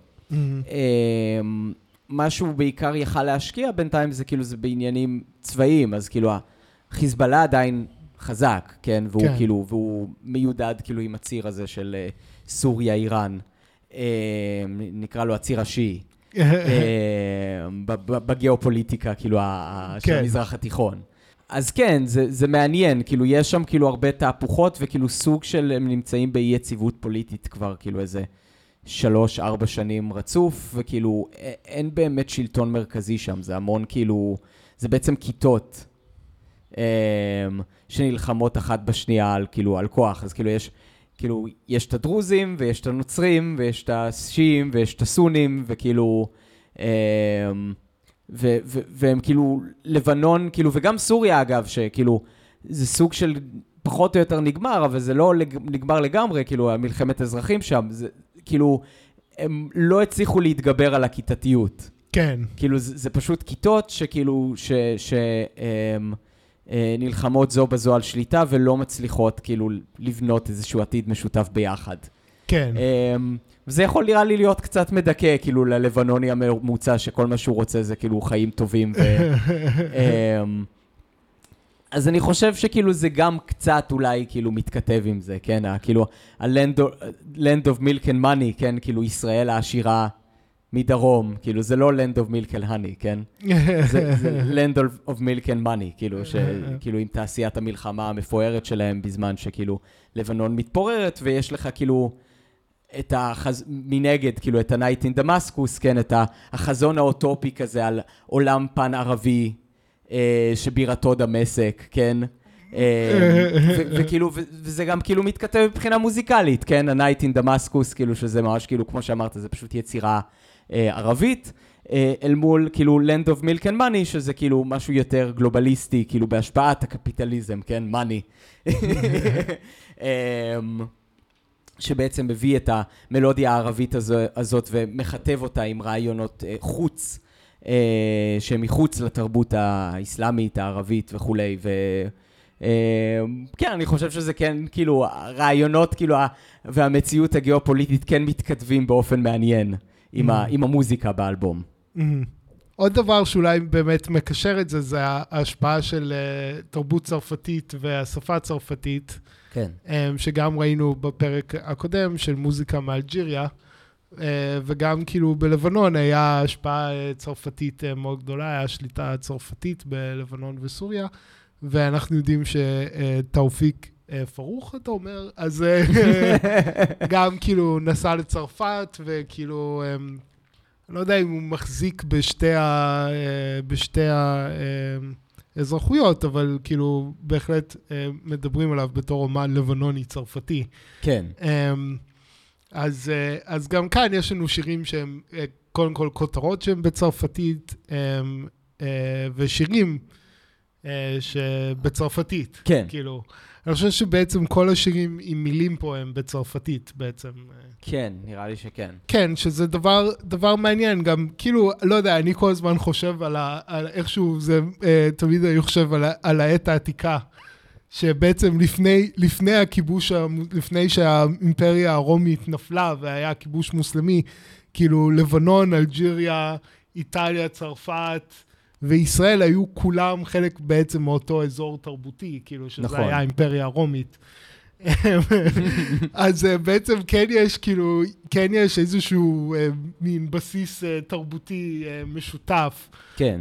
משהו בעיקר יכל להשקיע, בינתיים זה כאילו, זה בעניינים צבאיים, אז כאילו, החיזבאללה עדיין... חזק, כן, והוא כן. כאילו, והוא מיודד כאילו עם הציר הזה של uh, סוריה, איראן, uh, נקרא לו הציר השיעי, uh, בגיאופוליטיקה, כאילו, כן. של המזרח התיכון. אז כן, זה, זה מעניין, כאילו, יש שם כאילו הרבה תהפוכות, וכאילו סוג של, הם נמצאים באי יציבות פוליטית כבר, כאילו איזה שלוש, ארבע שנים רצוף, וכאילו אין באמת שלטון מרכזי שם, זה המון כאילו, זה בעצם כיתות שנלחמות אחת בשנייה על כאילו, על כוח, אז כאילו יש, כאילו יש את הדרוזים, ויש את הנוצרים, ויש את השיעים, ויש את הסונים, וכאילו, ו- ו- והם כאילו לבנון, כאילו, וגם סוריה אגב, שכאילו, זה סוג של פחות או יותר נגמר, אבל זה לא נגמר לגמרי, כאילו, המלחמת אזרחים שם, זה, כאילו, הם לא הצליחו להתגבר על הכיתתיות. כן. כאילו, זה, זה פשוט כיתות שכאילו, ש... ש הם, נלחמות זו בזו על שליטה, ולא מצליחות כאילו לבנות איזשהו עתיד משותף ביחד. כן. וזה יכול נראה לי להיות קצת מדכא, כאילו, ללבנוני הממוצע, שכל מה שהוא רוצה זה כאילו חיים טובים. ו... אז אני חושב שכאילו זה גם קצת אולי כאילו מתכתב עם זה, כן? כאילו, ה-Land of Milk and Money, כן? כאילו, ישראל העשירה מדרום, כאילו, זה לא Land of Milk and Honey, כן? זה, זה Land of Milk and Money, כאילו, ש, כאילו, עם תעשיית המלחמה המפוארת שלהם, בזמן שכאילו, לבנון מתפוררת, ויש לך כאילו, את החז... מנגד, כאילו, את ה-Night in Damascus, כן? את החזון האוטופי כזה על עולם פן ערבי, שבירתו דמשק, כן? וכאילו, וזה גם כאילו מתכתב מבחינה מוזיקלית, כן? ה-Night in Damascus, כאילו שזה ממש, כאילו, כמו שאמרת, זה פשוט יצירה ערבית, אל מול, כאילו, Land of Milk and Money, שזה כאילו משהו יותר גלובליסטי, כאילו, בהשפעת הקפיטליזם, כן? Money. שבעצם מביא את המלודיה הערבית הזאת ומכתב אותה עם רעיונות חוץ, שהם מחוץ לתרבות האסלאמית, הערבית וכולי, וכן, אני חושב שזה כן, כאילו, הרעיונות, כאילו, והמציאות הגיאופוליטית כן מתכתבים באופן מעניין עם, ה, עם המוזיקה באלבום. עוד דבר שאולי באמת מקשר את זה, זה ההשפעה של תרבות צרפתית והשפה הצרפתית, כן. שגם ראינו בפרק הקודם של מוזיקה מאלג'יריה, וגם כאילו בלבנון היה השפעה צרפתית מאוד גדולה, היה שליטה צרפתית בלבנון וסוריה, ואנחנו יודעים שתאופיק פרוח, אתה אומר, אז גם כאילו נסע לצרפת, וכאילו, אני לא יודע אם הוא מחזיק בשתי ה... בשתי ה... אזרחויות, אבל כאילו בהחלט מדברים עליו בתור אומן לבנוני צרפתי. כן. אז, אז גם כאן יש לנו שירים שהם קודם כל כותרות שהם בצרפתית, ושירים שבצרפתית. כן. כאילו, אני חושב שבעצם כל השירים עם מילים פה הם בצרפתית בעצם. כן, נראה לי שכן. כן, שזה דבר, דבר מעניין, גם כאילו, לא יודע, אני כל הזמן חושב על, ה, על איכשהו זה, תמיד אני חושב על, על העת העתיקה, שבעצם לפני, לפני הכיבוש, לפני שהאימפריה הרומית נפלה והיה כיבוש מוסלמי, כאילו לבנון, אלג'יריה, איטליה, צרפת וישראל היו כולם חלק בעצם מאותו אזור תרבותי, כאילו שזה נכון. היה האימפריה הרומית. אז בעצם כן יש כאילו, כן יש איזשהו מין בסיס תרבותי משותף. כן.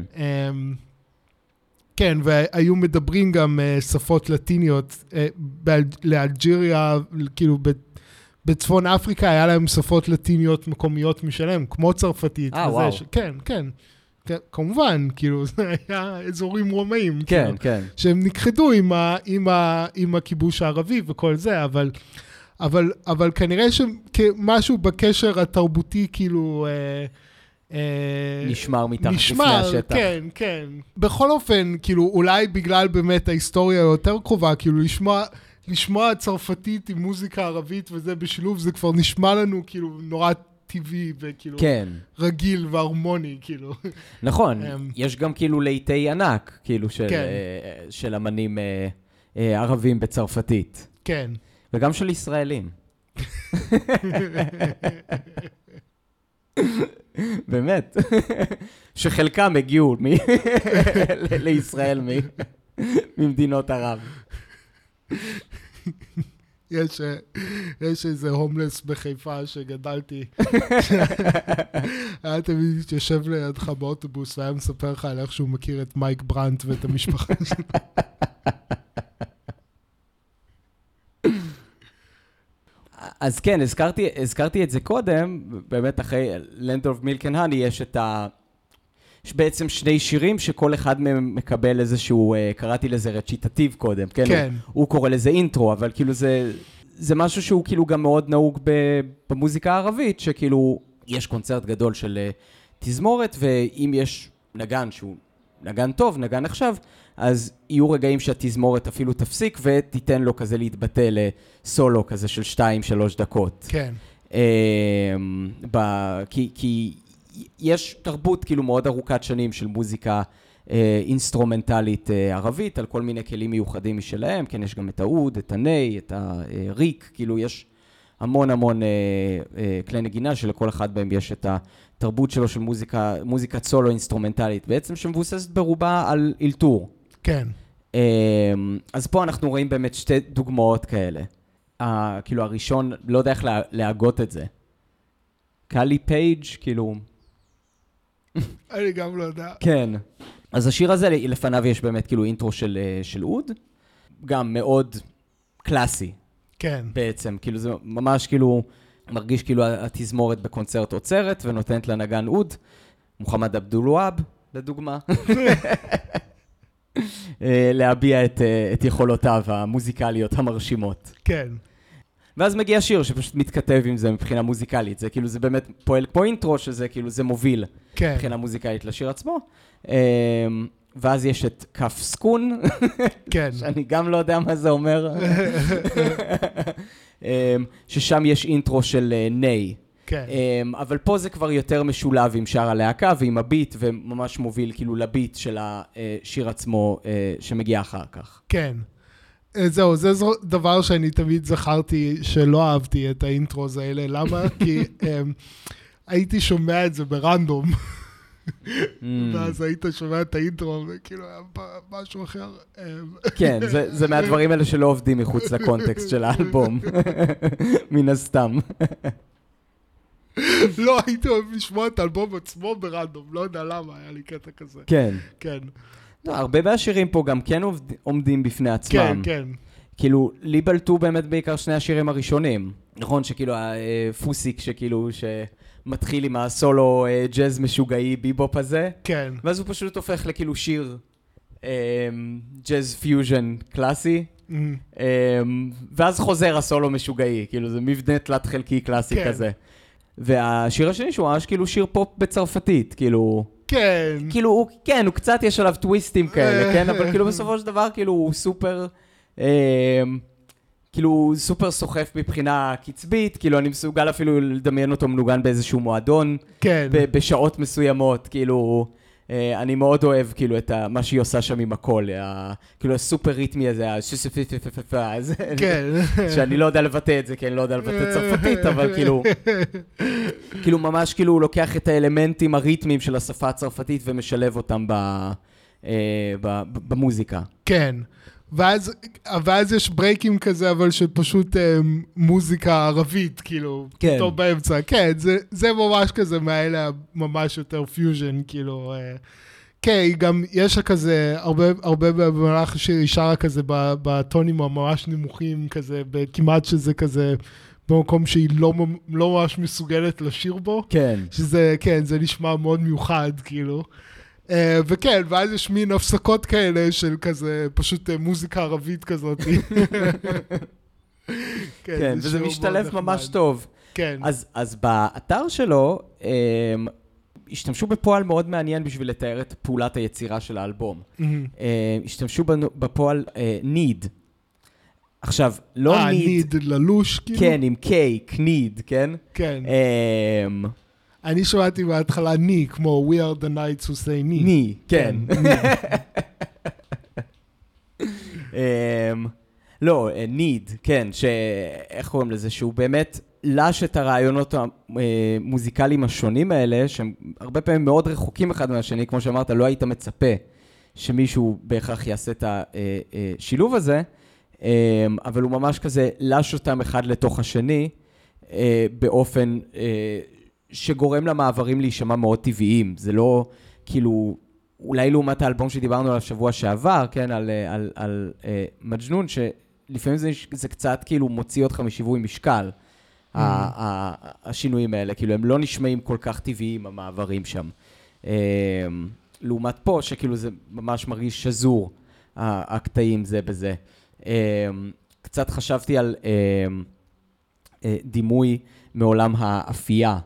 כן, והיו מדברים גם שפות לטיניות לאלג'יריה, כאילו בצפון אפריקה היה להם שפות לטיניות מקומיות משלם, כמו צרפתית. אה, וואו. כן, כן. כמובן, כאילו, זה היה אזורים רומאים. כן, כאילו, כן. שהם נכחדו עם, ה, עם, ה, עם הכיבוש הערבי וכל זה, אבל, אבל, אבל כנראה שמשהו בקשר התרבותי, כאילו, נשמר מתחת נשמר, לפני השטח. כן, כן. בכל אופן, כאילו, אולי בגלל באמת ההיסטוריה היותר קרובה, כאילו, לשמוע, לשמוע צרפתית עם מוזיקה ערבית וזה בשילוב, זה כבר נשמע לנו, כאילו, נורא טבעי וכאילו, כן. רגיל והרמוני, כאילו. נכון, יש גם כאילו לעיתי ענק, כאילו, של, כן. של אמנים ערבים בצרפתית. כן. וגם של ישראלים. באמת. שחלקם הגיעו לישראל ממדינות ערב. יש, יש איזה הומלס בחיפה שגדלתי. היה תמיד יושב לידך באוטובוס והיה מספר לך על איך שהוא מכיר את מייק ברנט ואת המשפחה שלו. אז כן, הזכרתי, הזכרתי את זה קודם, באמת אחרי Land of Milk and Honey יש את ה... יש בעצם שני שירים שכל אחד מהם מקבל איזשהו, קראתי לזה רציטטיב קודם, כן? כן. הוא, הוא קורא לזה אינטרו, אבל כאילו זה, זה משהו שהוא כאילו גם מאוד נהוג במוזיקה הערבית, שכאילו יש קונצרט גדול של תזמורת, ואם יש נגן שהוא נגן טוב, נגן נחשב, אז יהיו רגעים שהתזמורת אפילו תפסיק, ותיתן לו כזה להתבטא לסולו כזה של שתיים, שלוש דקות. כן. ב... כי, כי יש תרבות כאילו מאוד ארוכת שנים של מוזיקה אה, אינסטרומנטלית אה, ערבית, על כל מיני כלים מיוחדים משלהם, כן, יש גם את האוד, את הני, את הריק, כאילו יש המון המון אה, אה, כלי נגינה, שלכל אחד בהם יש את התרבות שלו של מוזיקה, מוזיקת סולו אינסטרומנטלית, בעצם שמבוססת ברובה על אילתור. כן. אה, אז פה אנחנו רואים באמת שתי דוגמאות כאלה. אה, כאילו הראשון, לא יודע איך לה, להגות את זה. קלי פייג' כאילו... אני גם לא יודע. כן. אז השיר הזה, לפניו יש באמת כאילו אינטרו של, של אוד, גם מאוד קלאסי. כן. בעצם, כאילו זה ממש כאילו, מרגיש כאילו התזמורת בקונצרט עוצרת, ונותנת לנגן אוד, מוחמד אבדולוהב, לדוגמה, להביע את, את יכולותיו המוזיקליות המרשימות. כן. ואז מגיע שיר שפשוט מתכתב עם זה מבחינה מוזיקלית. זה כאילו, זה באמת פועל כמו אינטרו, שזה כאילו, זה מוביל כן. מבחינה מוזיקלית לשיר עצמו. ואז יש את כף סקון, כן. שאני גם לא יודע מה זה אומר. ששם יש אינטרו של ניי. כן. אבל פה זה כבר יותר משולב עם שאר הלהקה ועם הביט, וממש מוביל כאילו לביט של השיר עצמו שמגיע אחר כך. כן. זהו, זה דבר שאני תמיד זכרתי שלא אהבתי את האינטרוס האלה. למה? כי um, הייתי שומע את זה ברנדום. mm. ואז היית שומע את האינטרו, וכאילו היה משהו אחר. כן, זה, זה מהדברים האלה שלא עובדים מחוץ לקונטקסט של האלבום. מן הסתם. לא, הייתי אוהב לשמוע את האלבום עצמו ברנדום. לא יודע למה, היה לי קטע כזה. כן. כן. לא, הרבה מהשירים פה גם כן עומדים בפני עצמם. כן, כן. כאילו, לי בלטו באמת בעיקר שני השירים הראשונים. נכון שכאילו הפוסיק שכאילו שמתחיל עם הסולו ג'אז משוגעי ביבופ הזה. כן. ואז הוא פשוט הופך לכאילו שיר ג'אז פיוז'ן קלאסי. ואז חוזר הסולו משוגעי. כאילו זה מבנה תלת חלקי קלאסי כזה. והשיר השני שהוא ממש כאילו שיר פופ בצרפתית, כאילו... כן. כאילו, הוא, כן, הוא קצת יש עליו טוויסטים כאלה, כן? אבל כאילו בסופו של דבר, כאילו, הוא סופר, אה, כאילו, סופר סוחף מבחינה קצבית, כאילו, אני מסוגל אפילו לדמיין אותו מנוגן באיזשהו מועדון, כן. ב- בשעות מסוימות, כאילו, אה, אני מאוד אוהב, כאילו, את ה- מה שהיא עושה שם עם הכל, ה- כאילו, הסופר ריתמי הזה, השספפפפפה, כן. שאני לא יודע לבטא את זה, כי אני לא יודע לבטא צרפתית, אבל כאילו, כאילו ממש כאילו הוא לוקח את האלמנטים הריתמיים של השפה הצרפתית ומשלב אותם ב, אה, ב, במוזיקה. כן. ואז, ואז יש ברייקים כזה, אבל שפשוט אה, מוזיקה ערבית, כאילו, כן. פתאום באמצע. כן, זה, זה ממש כזה מהאלה ממש יותר פיוז'ן, כאילו. אה, כן, גם יש כזה, הרבה, הרבה במהלך השיר היא שרה כזה בטונים הממש נמוכים, כזה, כמעט שזה כזה, במקום שהיא לא, לא ממש מסוגלת לשיר בו. כן. שזה, כן, זה נשמע מאוד מיוחד, כאילו. Uh, וכן, ואז יש מין הפסקות כאלה של כזה, פשוט uh, מוזיקה ערבית כזאת. כן, כן וזה משתלב ממש טוב. כן. אז, אז באתר שלו, um, השתמשו בפועל מאוד מעניין בשביל לתאר את פעולת היצירה של האלבום. Mm-hmm. Uh, השתמשו בפועל uh, need. עכשיו, לא 아, need. need ללוש, כאילו? כן, עם K, כניד, כן? כן. Um, אני שמעתי בהתחלה ני, כמו We are the knights who say ני. ני, כן. לא, need, כן, שאיך קוראים לזה? שהוא באמת לש את הרעיונות המוזיקליים השונים האלה, שהם הרבה פעמים מאוד רחוקים אחד מהשני, כמו שאמרת, לא היית מצפה שמישהו בהכרח יעשה את השילוב הזה, אבל הוא ממש כזה לש אותם אחד לתוך השני, באופן... שגורם למעברים להישמע מאוד טבעיים. זה לא, כאילו, אולי לעומת האלבום שדיברנו עליו שבוע שעבר, כן, על, על, על uh, מג'נון, שלפעמים זה, זה קצת כאילו מוציא אותך משיווי משקל. השינויים האלה, כאילו הם לא נשמעים כל כך טבעיים, המעברים שם. לעומת פה, שכאילו זה ממש מרגיש שזור, הקטעים זה בזה. קצת חשבתי על דימוי מעולם האפייה.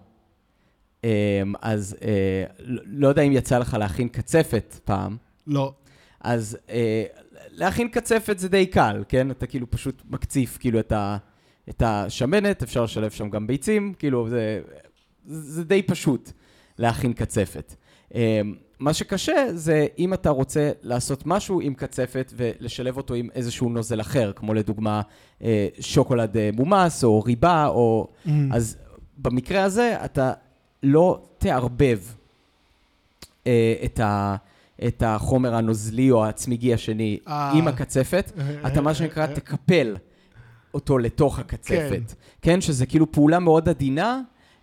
אז לא יודע אם יצא לך להכין קצפת פעם. לא. אז להכין קצפת זה די קל, כן? אתה כאילו פשוט מקציף כאילו את ה... את השמנת, אפשר לשלב שם גם ביצים, כאילו זה, זה די פשוט להכין קצפת. מה שקשה זה אם אתה רוצה לעשות משהו עם קצפת ולשלב אותו עם איזשהו נוזל אחר, כמו לדוגמה שוקולד מומס או ריבה, או... Mm. אז במקרה הזה אתה לא תערבב את ה... את החומר הנוזלי או הצמיגי השני 아. עם הקצפת, אתה מה שנקרא תקפל אותו לתוך הקצפת. כן. כן, שזה כאילו פעולה מאוד עדינה,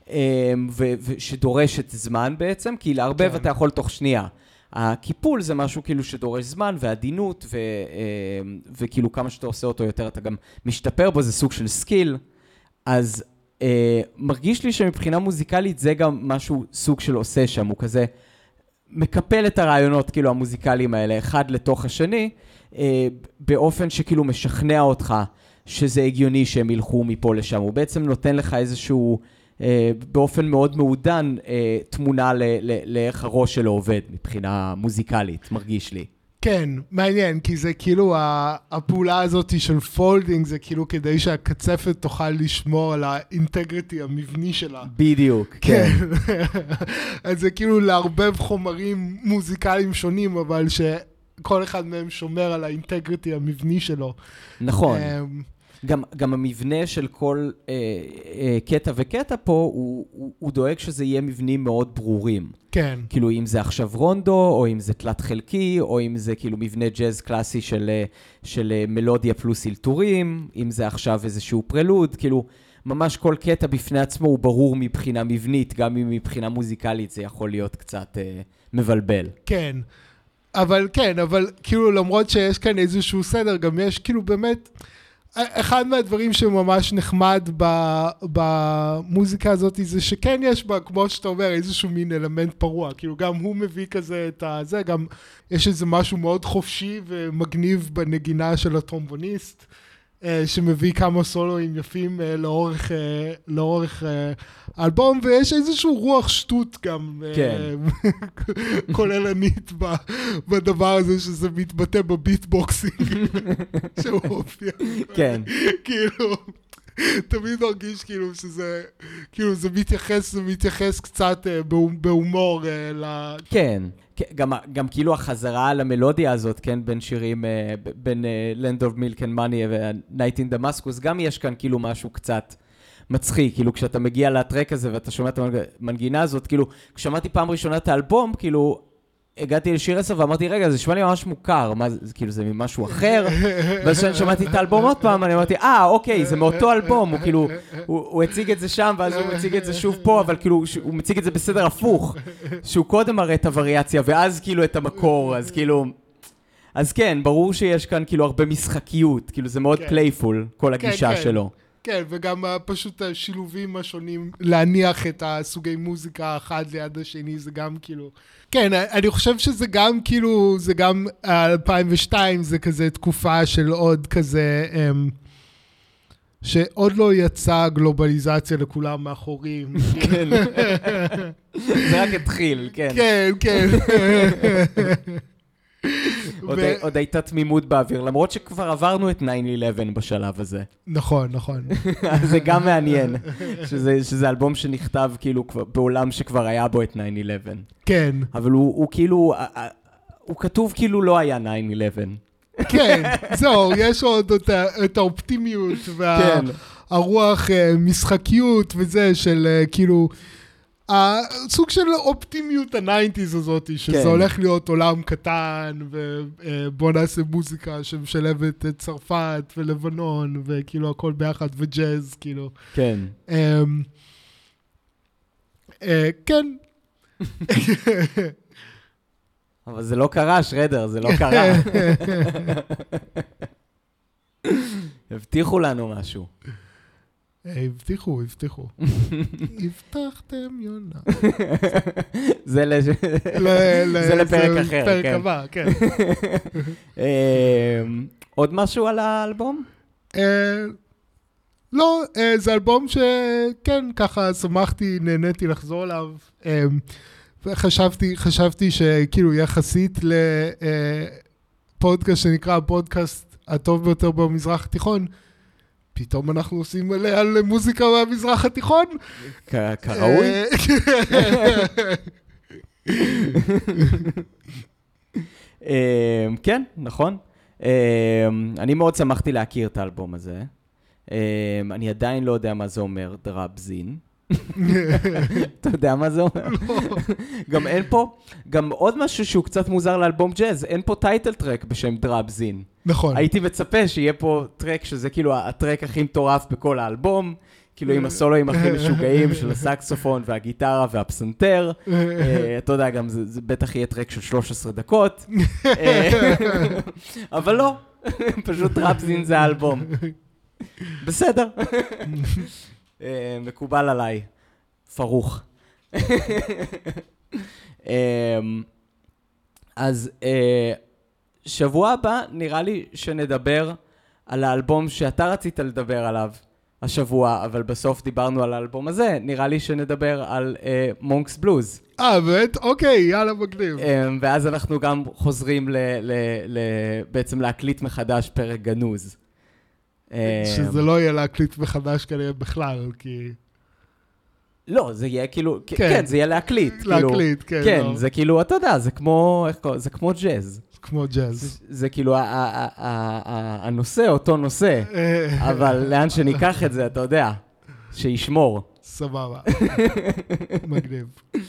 ושדורשת זמן בעצם, כי לערבב כן. אתה יכול תוך שנייה. הקיפול זה משהו כאילו שדורש זמן ועדינות, ו, וכאילו כמה שאתה עושה אותו יותר, אתה גם משתפר בו, זה סוג של סקיל. אז מרגיש לי שמבחינה מוזיקלית זה גם משהו סוג של עושה שם, הוא כזה מקפל את הרעיונות כאילו המוזיקליים האלה, אחד לתוך השני, באופן שכאילו משכנע אותך, שזה הגיוני שהם ילכו מפה לשם. הוא בעצם נותן לך איזשהו, אה, באופן מאוד מעודן, אה, תמונה ל- ל- לאיך הראש שלו עובד מבחינה מוזיקלית, מרגיש לי. כן, מעניין, כי זה כאילו הפעולה הזאת של פולדינג, זה כאילו כדי שהקצפת תוכל לשמור על האינטגריטי המבני שלה. בדיוק, כן. אז זה כאילו לערבב חומרים מוזיקליים שונים, אבל שכל אחד מהם שומר על האינטגריטי המבני שלו. נכון. גם, גם המבנה של כל אה, אה, קטע וקטע פה, הוא, הוא, הוא דואג שזה יהיה מבנים מאוד ברורים. כן. כאילו אם זה עכשיו רונדו, או אם זה תלת חלקי, או אם זה כאילו מבנה ג'אז קלאסי של, של מלודיה פלוס אלתורים, אם זה עכשיו איזשהו פרלוד, כאילו ממש כל קטע בפני עצמו הוא ברור מבחינה מבנית, גם אם מבחינה מוזיקלית זה יכול להיות קצת אה, מבלבל. כן. אבל כן, אבל כאילו למרות שיש כאן איזשהו סדר, גם יש כאילו באמת... אחד מהדברים שממש נחמד במוזיקה הזאת זה שכן יש בה, כמו שאתה אומר, איזשהו מין אלמנט פרוע, כאילו גם הוא מביא כזה את זה, גם יש איזה משהו מאוד חופשי ומגניב בנגינה של הטרומבוניסט, שמביא כמה סולואים יפים לאורך, לאורך האלבום, ויש איזשהו רוח שטות גם, כן. כוללנית בדבר הזה, שזה מתבטא בביטבוקסינג, שהוא הופיע. כן. כאילו, תמיד מרגיש כאילו שזה, כאילו זה מתייחס, זה מתייחס קצת בהומור ל... כן. גם, גם כאילו החזרה על המלודיה הזאת, כן, בין שירים, בין Land of Milk and Money ו-Night in Damascus, גם יש כאן כאילו משהו קצת מצחיק, כאילו כשאתה מגיע לטרק הזה ואתה שומע את המנגינה הזאת, כאילו כשמעתי פעם ראשונה את האלבום, כאילו הגעתי לשיר עשר ואמרתי, רגע, זה שמע לי ממש מוכר, מה, זה, כאילו זה ממשהו אחר, ואז שאני שמעתי את האלבום עוד פעם, אני אמרתי, אה, אוקיי, זה מאותו אלבום, הוא כאילו, הוא, הוא הציג את זה שם, ואז הוא מציג את זה שוב פה, אבל כאילו, הוא מציג את זה בסדר הפוך, שהוא קודם מראה את הווריאציה, ואז כאילו את המקור, אז כאילו, אז כן, ברור שיש כאן כאילו הרבה משחקיות, כאילו זה מאוד פלייפול, כל הגישה שלו. כן, וגם פשוט השילובים השונים, להניח את הסוגי מוזיקה אחד ליד השני, זה גם כאילו... כן, אני חושב שזה גם כאילו, זה גם אלפיים ושתיים, זה כזה תקופה של עוד כזה, שעוד לא יצאה גלובליזציה לכולם מאחורים. כן. זה רק התחיל, כן. כן, כן. עוד, ו... עוד הייתה תמימות באוויר, למרות שכבר עברנו את נין אלוון בשלב הזה. נכון, נכון. זה גם מעניין, שזה, שזה אלבום שנכתב כאילו בעולם שכבר היה בו את נין אלוון. כן. אבל הוא, הוא כאילו, הוא כתוב כאילו לא היה נין אלוון. כן, זהו, יש עוד את, את האופטימיות והרוח כן. משחקיות וזה של כאילו... הסוג של אופטימיות הניינטיז הזאת, שזה כן. הולך להיות עולם קטן, ובוא נעשה מוזיקה שמשלבת את צרפת ולבנון, וכאילו הכל ביחד, וג'אז, כאילו. כן. Um, uh, כן. אבל זה לא קרה, שרדר, זה לא קרה. הבטיחו לנו משהו. הבטיחו, הבטיחו. הבטחתם יונה. זה לפרק אחר. פרק הבא, כן. עוד משהו על האלבום? לא, זה אלבום שכן, ככה שמחתי, נהניתי לחזור אליו. חשבתי, חשבתי שכאילו יחסית לפודקאסט שנקרא הפודקאסט הטוב ביותר במזרח התיכון, פתאום אנחנו עושים עליה על מוזיקה במזרח התיכון. כראוי? כן, נכון. אני מאוד שמחתי להכיר את האלבום הזה. אני עדיין לא יודע מה זה אומר דראבזין. אתה יודע מה זה אומר? גם אין פה, גם עוד משהו שהוא קצת מוזר לאלבום ג'אז, אין פה טייטל טרק בשם דראבזין. נכון. הייתי מצפה שיהיה פה טרק שזה כאילו הטרק הכי מטורף בכל האלבום, כאילו עם הסולואים הכי משוגעים של הסקסופון והגיטרה והפסנתר. אתה יודע, גם זה בטח יהיה טרק של שלוש עשרה דקות. אבל לא, פשוט דראבזין זה האלבום. בסדר. מקובל עליי. פרוך. אז שבוע הבא נראה לי שנדבר על האלבום שאתה רצית לדבר עליו השבוע, אבל בסוף דיברנו על האלבום הזה. נראה לי שנדבר על מונקס בלוז. אה, באמת? אוקיי, יאללה מגניב. ואז אנחנו גם חוזרים בעצם להקליט מחדש פרק גנוז. שזה לא יהיה להקליט מחדש כנראה בכלל, כי... לא, זה יהיה כאילו... כן, זה יהיה להקליט. להקליט, כן. כן, זה כאילו, אתה יודע, זה כמו... זה כמו ג'אז. כמו ג'אז. זה כאילו, הנושא, אותו נושא, אבל לאן שניקח את זה, אתה יודע, שישמור. סבבה. מגניב.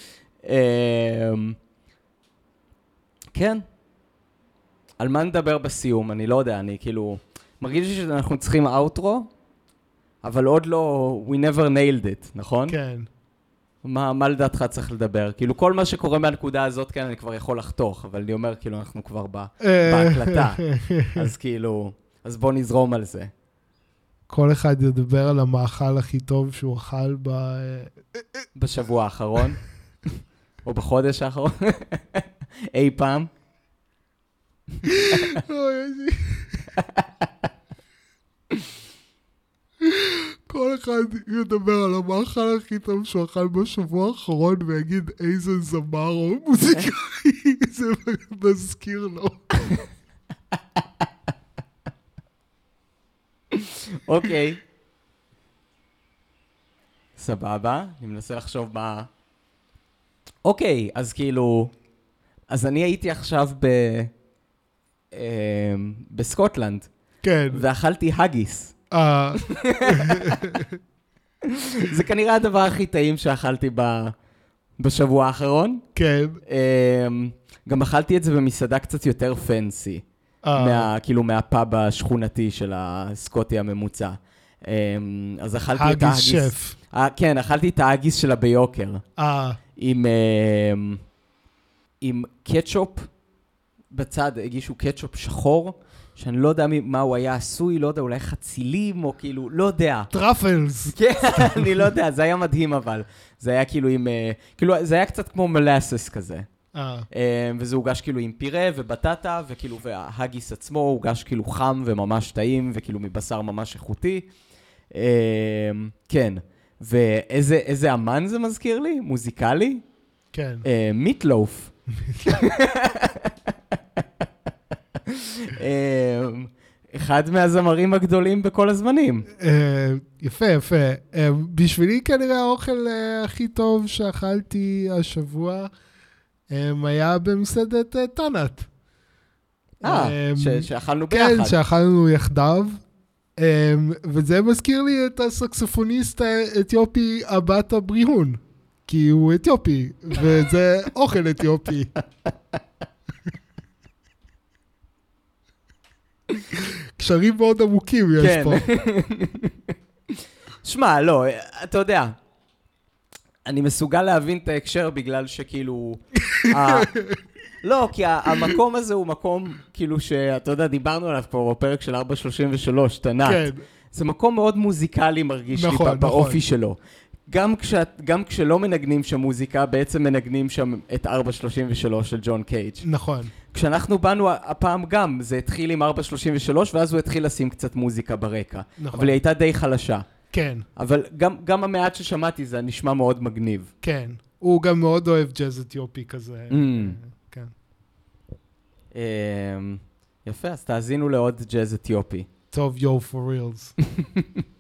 כן. על מה נדבר בסיום? אני לא יודע, אני כאילו... מרגיש לי שאנחנו צריכים אאוטרו, אבל עוד לא, we never nailed it, נכון? כן. מה, מה לדעתך צריך לדבר? כאילו, כל מה שקורה מהנקודה הזאת, כן, אני כבר יכול לחתוך, אבל אני אומר, כאילו, אנחנו כבר בהקלטה. אז כאילו, אז בוא נזרום על זה. כל אחד ידבר על המאכל הכי טוב שהוא אכל ב... בשבוע האחרון, או בחודש האחרון, אי פעם. כל אחד ידבר על המאכל הכי טוב שהוא אכל בשבוע האחרון ויגיד איזה זמר או מוזיקאי זה מזכיר לו. אוקיי. סבבה, אני מנסה לחשוב מה... אוקיי, אז כאילו... אז אני הייתי עכשיו ב... בסקוטלנד. כן. ואכלתי הגיס. אה. זה כנראה הדבר הכי טעים שאכלתי בשבוע האחרון. כן. גם אכלתי את זה במסעדה קצת יותר פנסי. כאילו מהפאב השכונתי של הסקוטי הממוצע. אז אכלתי את ההגיס. הגיס שף. כן, אכלתי את ההגיס שלה ביוקר. אה. עם... עם קטשופ. בצד הגישו קטשופ שחור, שאני לא יודע מה הוא היה עשוי, לא יודע, אולי חצילים, או כאילו, לא יודע. טראפלס. כן, אני לא יודע, זה היה מדהים אבל. זה היה כאילו עם, כאילו, זה היה קצת כמו מלאסס כזה. אה. וזה הוגש כאילו עם פירה ובטטה, וכאילו, וההגיס עצמו הוגש כאילו חם וממש טעים, וכאילו מבשר ממש איכותי. כן. ואיזה אמן זה מזכיר לי? מוזיקלי? כן. מיטלוף. אחד מהזמרים הגדולים בכל הזמנים. יפה, יפה. בשבילי כנראה האוכל הכי טוב שאכלתי השבוע היה במסעדת טאנט. אה, שאכלנו ביחד. כן, שאכלנו יחדיו. וזה מזכיר לי את הסקסופוניסט האתיופי אבטה בריהון. כי הוא אתיופי, וזה אוכל אתיופי. קשרים מאוד עמוקים יש פה. שמע, לא, אתה יודע, אני מסוגל להבין את ההקשר בגלל שכאילו... לא, כי המקום הזה הוא מקום, כאילו שאתה יודע, דיברנו עליו פה בפרק של ארבע שלושים ושלוש, תנת. זה מקום מאוד מוזיקלי מרגיש נכון, לי נכון. באופי שלו. גם, כש, גם כשלא מנגנים שם מוזיקה, בעצם מנגנים שם את ארבע שלושים ושלוש של ג'ון קייג'. נכון. כשאנחנו באנו הפעם גם, זה התחיל עם ארבע שלושים ושלוש, ואז הוא התחיל לשים קצת מוזיקה ברקע. נכון. אבל היא הייתה די חלשה. כן. אבל גם, גם המעט ששמעתי זה נשמע מאוד מגניב. כן. הוא גם מאוד אוהב ג'אז אתיופי כזה. Mm. כן. Um, יפה, אז תאזינו לעוד ג'אז אתיופי. טוב, yo, for reals.